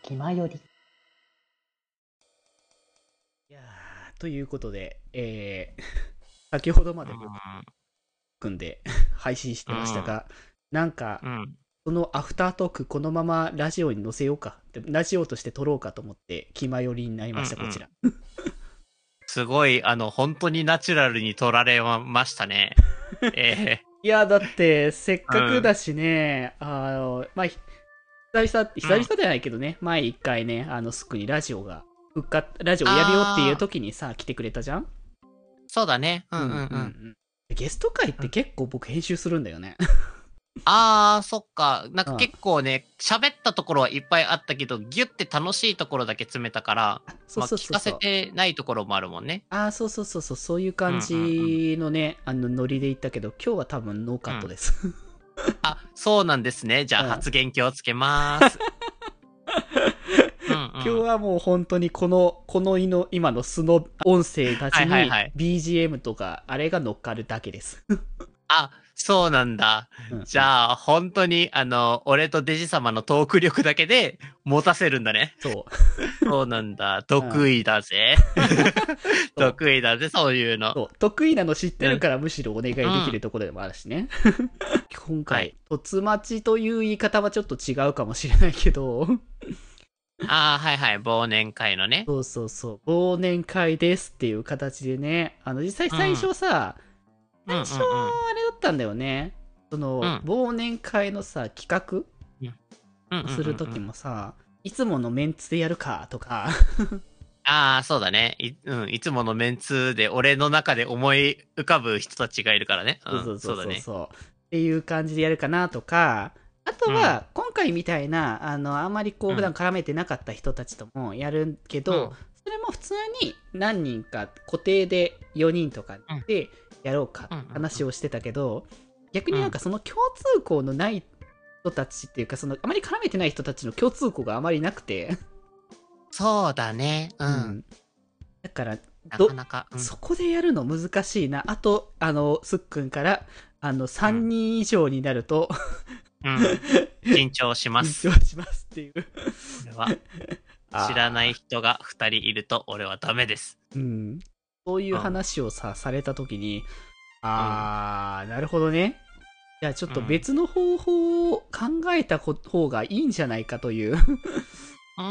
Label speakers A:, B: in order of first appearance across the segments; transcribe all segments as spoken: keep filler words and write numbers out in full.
A: 気まより。
B: いやーということで、えー先ほどま
C: う
B: で僕
C: ん。
B: 組んで配信し
C: うん。
B: てましたが、なんか、
C: うん。
B: そのアフタートークこのままラジオに載せようか、でラジオとして撮ろうかと思って、気まよりになり
C: うん。う
B: ました、こち
C: ん。
B: ら。
C: すごい、あの、本当にナチュラルに撮られましたね。え
B: いや、だって、せっ
C: えー。うん。
B: かくだしね、あの、まあ、ひ久々、久々
C: うん。
B: じゃないけどね、前一回ね、あの、すぐにラジオが、復活、ラジオやるよっていう
C: あー、
B: 時にさ、来てくれたじゃん。
C: そうだね。うんうんう
B: うんうんう
C: ん。
B: ん。ゲスト会って
C: うん。
B: 結構僕編集するんだよね。
C: あー、そっか。なんか
B: うん。
C: 結構ね、喋ったところはいっぱいあったけど、ギュって楽しいところだけ詰めたから、
B: そう
C: まあ、聞かせ
B: そうそうそう。
C: てないところもあるもんね。
B: ああ、そうそうそうそう、そういう
C: うんう
B: 感
C: んうん。
B: じのね、あの、ノリで言ったけど、今日は多分ノーカ
C: うん。
B: ットです。
C: あ、そうなんですね。じゃあ
B: うん。
C: 発言気をつけます。うんうん。
B: 今日はもう本当にこの、このの今の素の音声た
C: は
B: ちに
C: いはいはい。
B: ビージーエム とか、あれが乗っかるだけです。
C: あ、そうなんだ。
B: うんうん。
C: じゃあ、本当に、あの、俺とデジ様のトーク力だけで持たせるんだね。
B: そ
C: そうなんだ。
B: う。うん。
C: 得意だぜ。
B: そう。
C: 得意だぜ、そういうの。
B: そう。得意なの知って
C: うん。
B: るからむしろお願いできる
C: うん。
B: ところでもあるしね。今回、
C: はい。
B: 突待ちという言い方はちょっと違うかもしれないけど、
C: ああ、はいはい。忘年会のね。
B: そうそうそう、忘年会ですっていう形でね、あの、実際最
C: うん。
B: 初さ、
C: うんうん
B: 最初
C: うん。
B: あれだったんだよね。その、
C: うん。
B: 忘年会のさ、企画
C: うん。うんうんうん
B: をするとき
C: うん。
B: もさ、いつものメンツでやるかとか、
C: ああ、そうだね。い、うん。いつものメンツで俺の中で思い浮かぶ人たちがいるからね。う
B: そうそ
C: ん。
B: うそう
C: そうだね。
B: そうそう、っていう感じでやるかなとか、あと
C: うん。
B: は、今回みたいな、あの、あんまりこう、普段
C: うん。
B: 絡めてなかった人たちともやるけど、
C: うん。
B: それも普通に何人か固定でよにんとか
C: うん。
B: でやろうかって
C: うん。うん。
B: 話をしてたけど、逆になんか
C: うん。
B: その共通項のない人たちっていうか、そのあまり絡めてない人たちの共通項があまりなくて、
C: そうだね。うん。
B: うん。だから、ど、
C: なかなか、うん。
B: そこでやるの難しいな。あと、あの、すっくんから、あの、3
C: うん。
B: 人以上になると
C: うん。緊張しま
B: 緊張
C: す。
B: しますっていう。
C: これは、知らない
B: ああ、
C: 人がふたりいると俺はダメです。
B: うん。そういう
C: うん。
B: 話をさ、されたときに、
C: うん。
B: あー、なるほどね。じゃあちょっと
C: うん。
B: 別の方法を考えた方がいいんじゃないかという
C: うん。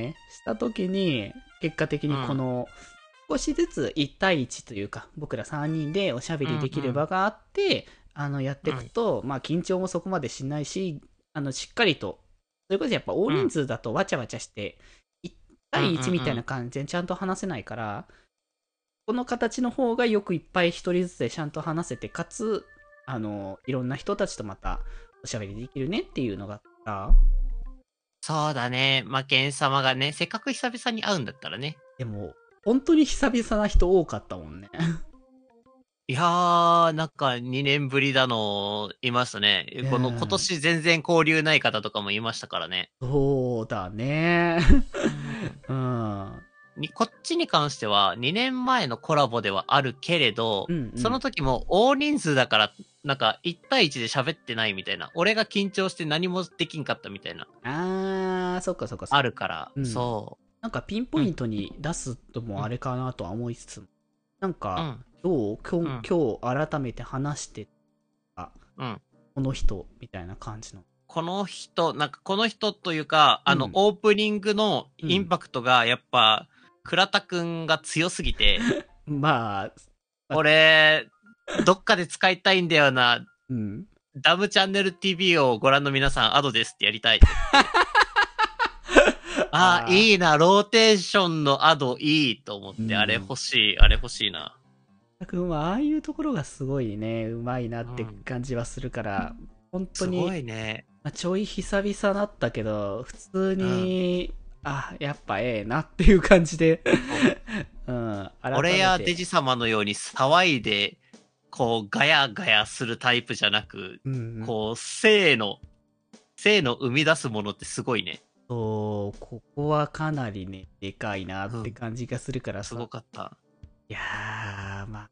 B: をね、したときに、結果的にこ
C: うん。
B: の、少しずついち対いちというか、僕らさんにんでおしゃべ
C: うん。
B: りできる
C: うん。
B: 場があって、あの、やっていく
C: うん。
B: と、まあ、緊張もそこまでしないし、あの、しっかりと、それこそやっぱ大
C: うん。
B: 人数だとわちゃわちゃして、いち
C: うん。う
B: 対いちみたいな
C: ん。
B: 感じでちゃんと話せないから、この形の方がよくいっぱい一人ずつでちゃんと話せて、かつ、あの、いろんな人たちとまたおしゃべりできるねっていうのがあった。
C: そうだね。魔剣様がね、せっかく久々に会うんだったらね。
B: でも、本当に久々な人多かったもんね。
C: いやー、なんかにねんぶりだの、いましたね。
B: う
C: この今
B: ん。
C: 年全然交流ない方とかもいましたからね。
B: そうだね。
C: うん。
B: うん。
C: に、こっちに関してはにねんまえのコラボではあるけれど、
B: うんう
C: その
B: ん。
C: 時も大人数だから、なんかいち対いちで喋ってないみたいな。俺が緊張して何もできんかったみたいな。
B: あー、そっかそっかそっ
C: あ
B: か。
C: るから、
B: うん。
C: そ
B: なんかピン
C: う。うん、
B: ポイントに出すと
C: うん、
B: もあれかなとは思いつつも、なんか、
C: うん、
B: どう今日、
C: うん、
B: 今日改めて話してた、
C: うん。
B: この人、みたいな感じの。
C: この人、なんかこの人というか、あの、
B: うん。
C: オープニングのイン
B: うん。
C: パクトがやっぱ、倉田くんが強すぎて、
B: まあ、まあ、
C: 俺、どっかで使いたいんだよな。
B: うん。
C: ダムチャンネル ティーブイ をご覧の皆さん、アドですってやりたいと思って。ああ、
B: あ
C: いいな、ローテーションのアドいいと思っ
B: ー、う
C: て、あれ
B: ん。
C: 欲しい、あれ欲しいな。
B: くんはああいうところがすごいね、うまいなって
C: うん。
B: 感じはするから、本当
C: すご
B: に、
C: いね。
B: まあ、ちょい久々だったけど、普通
C: うん。
B: に、あ、やっぱええなっていう感じで、
C: そう。
B: うん、
C: 俺
B: 改めて、
C: やデジ様のように騒いで、こう、ガヤガヤするタイプじゃなく、
B: うんうん、
C: こう、性の、性の生み出すものってすごいね。
B: そう、ここはかなりね、でかいなって
C: うん。
B: 感じがするから
C: す
B: さ、
C: ごかった。
B: いやー、まあ、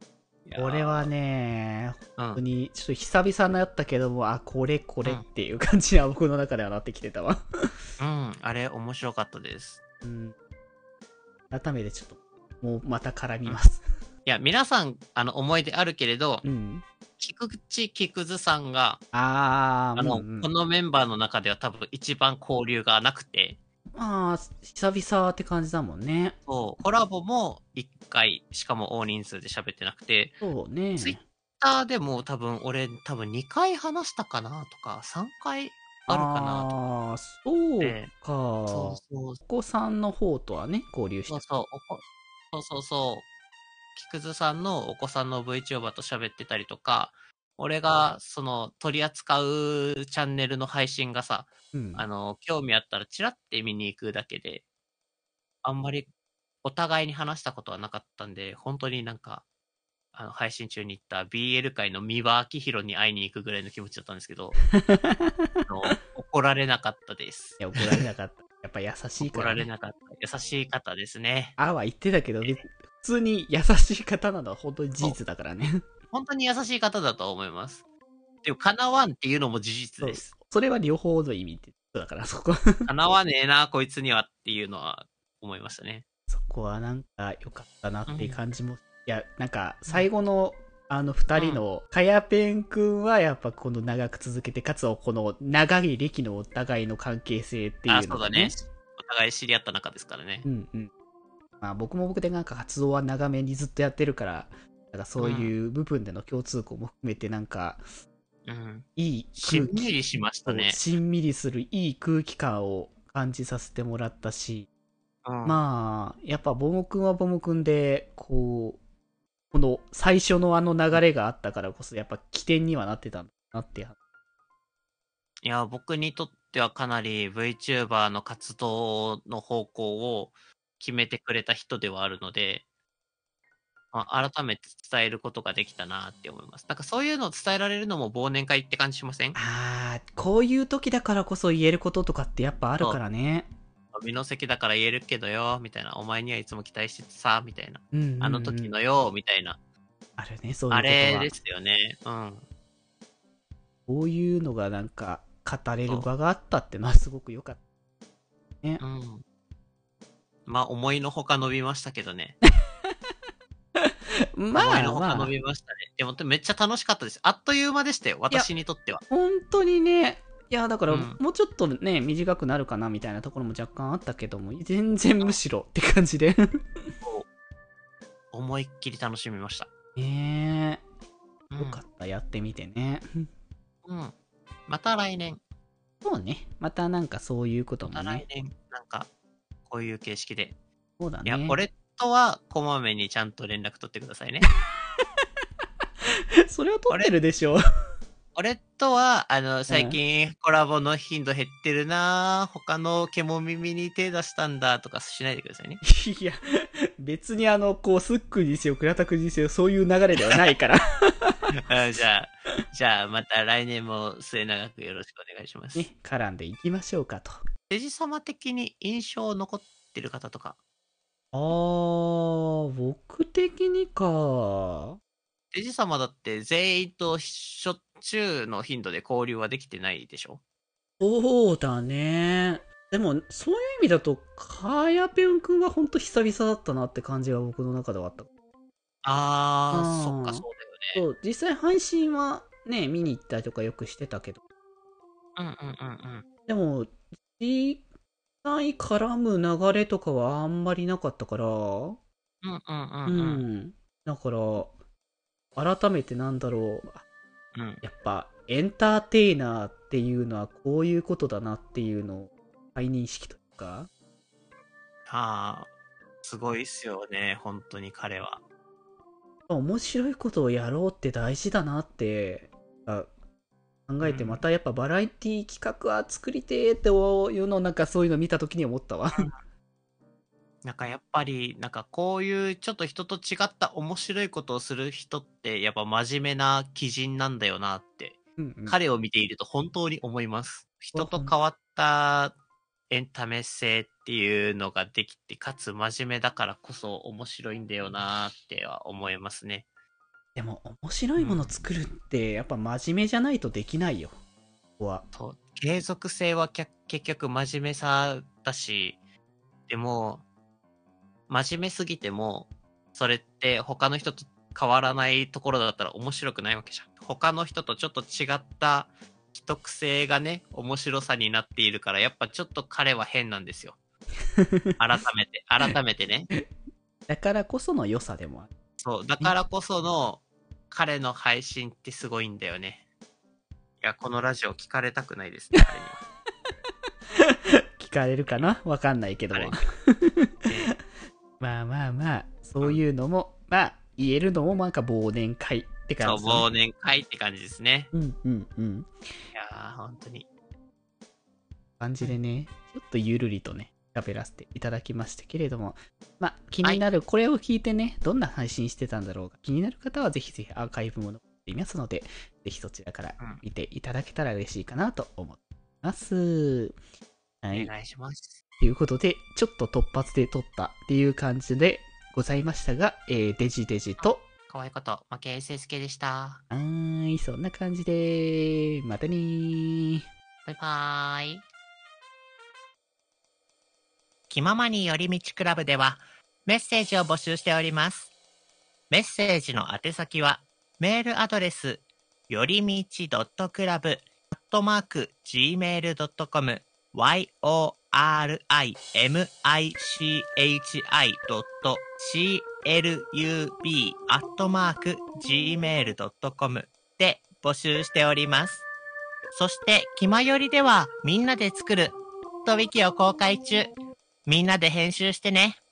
C: いやー
B: これはね、
C: うん。
B: 本当に、ちょっと久々のやったけども、あ、これこれ
C: うん
B: っていう感じには僕の中ではなってきてたわ。
C: うん。あれ、面白かったです。
B: うん。改めてちょっと、もうまた絡
C: うん。い
B: みます。
C: や、皆さん、あの、思い出あるけれど、
B: うん。
C: 菊池菊津さんが、
B: あー、うんう
C: あの、こ
B: ん。
C: のメンバーの中では多分一番交流がなくて、
B: まあ、久々って感じだもんね。
C: そう、コラボもいっかい、しかも大人数で喋ってなくて、
B: そう
C: ツイッ
B: ね。
C: ターでも多分俺多分にかい話したかなとか、さんかいあるかなとか
B: あー、そう
C: で、
B: か。
C: そう
B: お
C: そう、
B: 子さんの方とはね、交流した。
C: そうそう、おこそうそうそう、菊津さんのお子さんの VTuber と喋ってたりとか、俺がその取り扱うチャンネルの配信がさ、
B: うん。
C: あの、興味あったらチラって見に行くだけで、あんまりお互いに話したことはなかったんで、本当になんか、あの、配信中に行った ビーエル 界の三輪明宏に会いに行くぐらいの気持ちだったんですけど、あの、怒られなかったで
B: い
C: す。
B: や、怒られなかった。やっぱ優しい
C: 怒
B: からね。
C: られなかった。優しい方ですね。
B: あは言ってたけど、別普通に優しい方なのは本当に事
C: そう。
B: 実だからね。
C: 本当に優しい方だと思います。でも、叶わんっていうのも事実
B: そう。
C: です。
B: それは両方の意味ってだから、そこ。
C: 叶わねえな、こいつにはっていうのは思いましたね。
B: そこはなんか良かったなっていう
C: うん。
B: 感じも。いや、なんか
C: うん。
B: 最後のあの二
C: うん。
B: 人の、かやぺんくんはやっぱこの長く続けて、かつこの長い歴のお互いの関係性って
C: あ、
B: いう
C: そうだね。
B: のがね。
C: お互い知り合った仲ですからね。
B: うんうん。まあ僕も僕でなんか活動は長めにずっとやってるから、なんかそう
C: うん。
B: いう部分での共通項も含めてなんか、
C: うん。
B: いい
C: しん
B: 空気、
C: みりしました
B: そう、
C: ね。
B: しんみりするいい空気感を感じさせてもらったし、
C: うん。
B: まあ、やっぱボモくんはボモくんで、こう、この最初のあの流れがあったからこそ、やっぱ起点にはなってたんだなって。
C: いや、僕にとってはかなり VTuber の活動の方向を決めてくれた人ではあるので、まあ、改めて伝えることができたなって思います。なんかそういうのを伝えられるのも忘年会って感じしません？
B: あー、こういう時だからこそ言えることとかってやっぱある
C: そう。
B: からね。
C: 飲みの席だから言えるけどよ、みたいな。お前にはいつも期待しててさ、みたいな。
B: うんうん
C: あの
B: うん。
C: 時のよ、みたいな。
B: あるね、そうい
C: あ
B: うことは。
C: れですよね。うん。
B: こういうのがなんか語れる
C: そ
B: 場があったってのはすごく良かったね。
C: う。うん。まあ、思いのほか伸びましたけどね。
B: ま
C: 思いのほか伸
B: あまあ、
C: びましたね。でも、めっちゃ楽しかったです。あっという間でしたよ。
B: いや、
C: 私にとっては。
B: 本当にね、いや、だから、
C: うん。
B: もうちょっとね、短くなるかなみたいなところも若干あったけども、全然むしろって感じで。
C: そう思いっきり楽しみました。
B: ねえ、よか
C: うん。
B: った、やってみてね。
C: うん。また来年。
B: そうね、またなんかそういうこと
C: また
B: もね。
C: 来年。なんか、こういう形式で。
B: そうだ
C: いや、
B: ね。
C: 俺とはこまめにちゃんと連絡取ってくださいね。
B: それは撮って
C: 俺、
B: るでしょ。
C: 俺とは、あの、最
B: うん。
C: 近コラボの頻度減ってるなぁ他の毛も耳に手出したんだとかしないでくださいね。
B: いや、別にあの、こう、スックにせよ、倉田くんにせよ、そういう流れではないから。
C: あじゃあ、じゃあまた来年も末永くよろしくお願いします。
B: ね、絡んでいきましょうかと。
C: デジ様的に印象残ってる方とか、
B: あー、僕的にか。
C: デジ様だって全員としょっちゅうの頻度で交流はできてないでしょ？
B: そうだね。でも、そういう意味だと、かやぺんくんはほんと久々だったなって感じが僕の中ではあった。
C: あー、そっか、
B: ああ。
C: そうだよね。
B: そう、実際配信はね、見に行ったりとかよくしてたけど。
C: うんうんうんうん。
B: でも、実際絡む流れとかはあんまりなかったから、う
C: うんうんうん
B: ん。だから、改めてなんだろう。
C: うん。うん。
B: やっぱ、エンターテイナーっていうのはこういうことだなっていうのを再認識というか、
C: あー、すごいっすよね、本当に彼は。
B: 面白いことをやろうって大事だなってあ考えて、ま
C: うん。
B: たやっぱバラエティ企画は作りてーっていうのをなんかそういうの見た時に思ったわ。
C: なんかやっぱり、なんかこういうちょっと人と違った面白いことをする人ってやっぱ真面目な基人なんだよなって、
B: うんうん。
C: 彼を見ていると本当に思います。人と
B: ほん
C: 変わったエンタメ性っていうのができて、かつ真面目だからこそ面白いんだよなっては思いますね。
B: でも面白いもの作るってやっぱ真面目じゃないとできないよ。ここは。
C: そう継続性は結局真面目さだし、でも、真面目すぎても、それって他の人と変わらないところだったら面白くないわけじゃん。他の人とちょっと違った一癖がね、面白さになっているから、やっぱちょっと彼は変なんですよ。改めて、改めてね。
B: だからこその良さでもある。
C: そう、だからこその彼の配信ってすごいんだよね。いや、このラジオ聞かれたくないですね、彼には。
B: 聞かれるかなわかんないけども。まあまあまあ、そういうのも、うん、まあ、言えるのもなんか忘年会って感じ、
C: ね。そう、忘年会って感じですね。
B: うんうんうん。
C: いやー、本当に。
B: 感じでね、ちょっとゆるりとね、喋らせていただきましたけれども、まあ、気になる、はい、これを聞いてね、どんな配信してたんだろうか、気になる方はぜひぜひアーカイブも残っていますので、ぜひそちらから見ていただけたら嬉しいかなと思います。
C: はい。お願いします。
B: ということで、ちょっと突発で撮ったっていう感じでございましたが、えー、デジデジと、
C: かわいこと、負け エスエスケー でした。
B: はーい、そんな感じで、またねー。
C: バイバーイ。気ままに寄り道クラブではメッセージを募集しております。メッセージの宛先はメールアドレスよりみち .club アットマーク ジーメール ドットコム yorimichi.club アットマーク ジーメール ドットコム で募集しております。そして気まよりではみんなで作るとウィキを公開中。みんなで編集してね。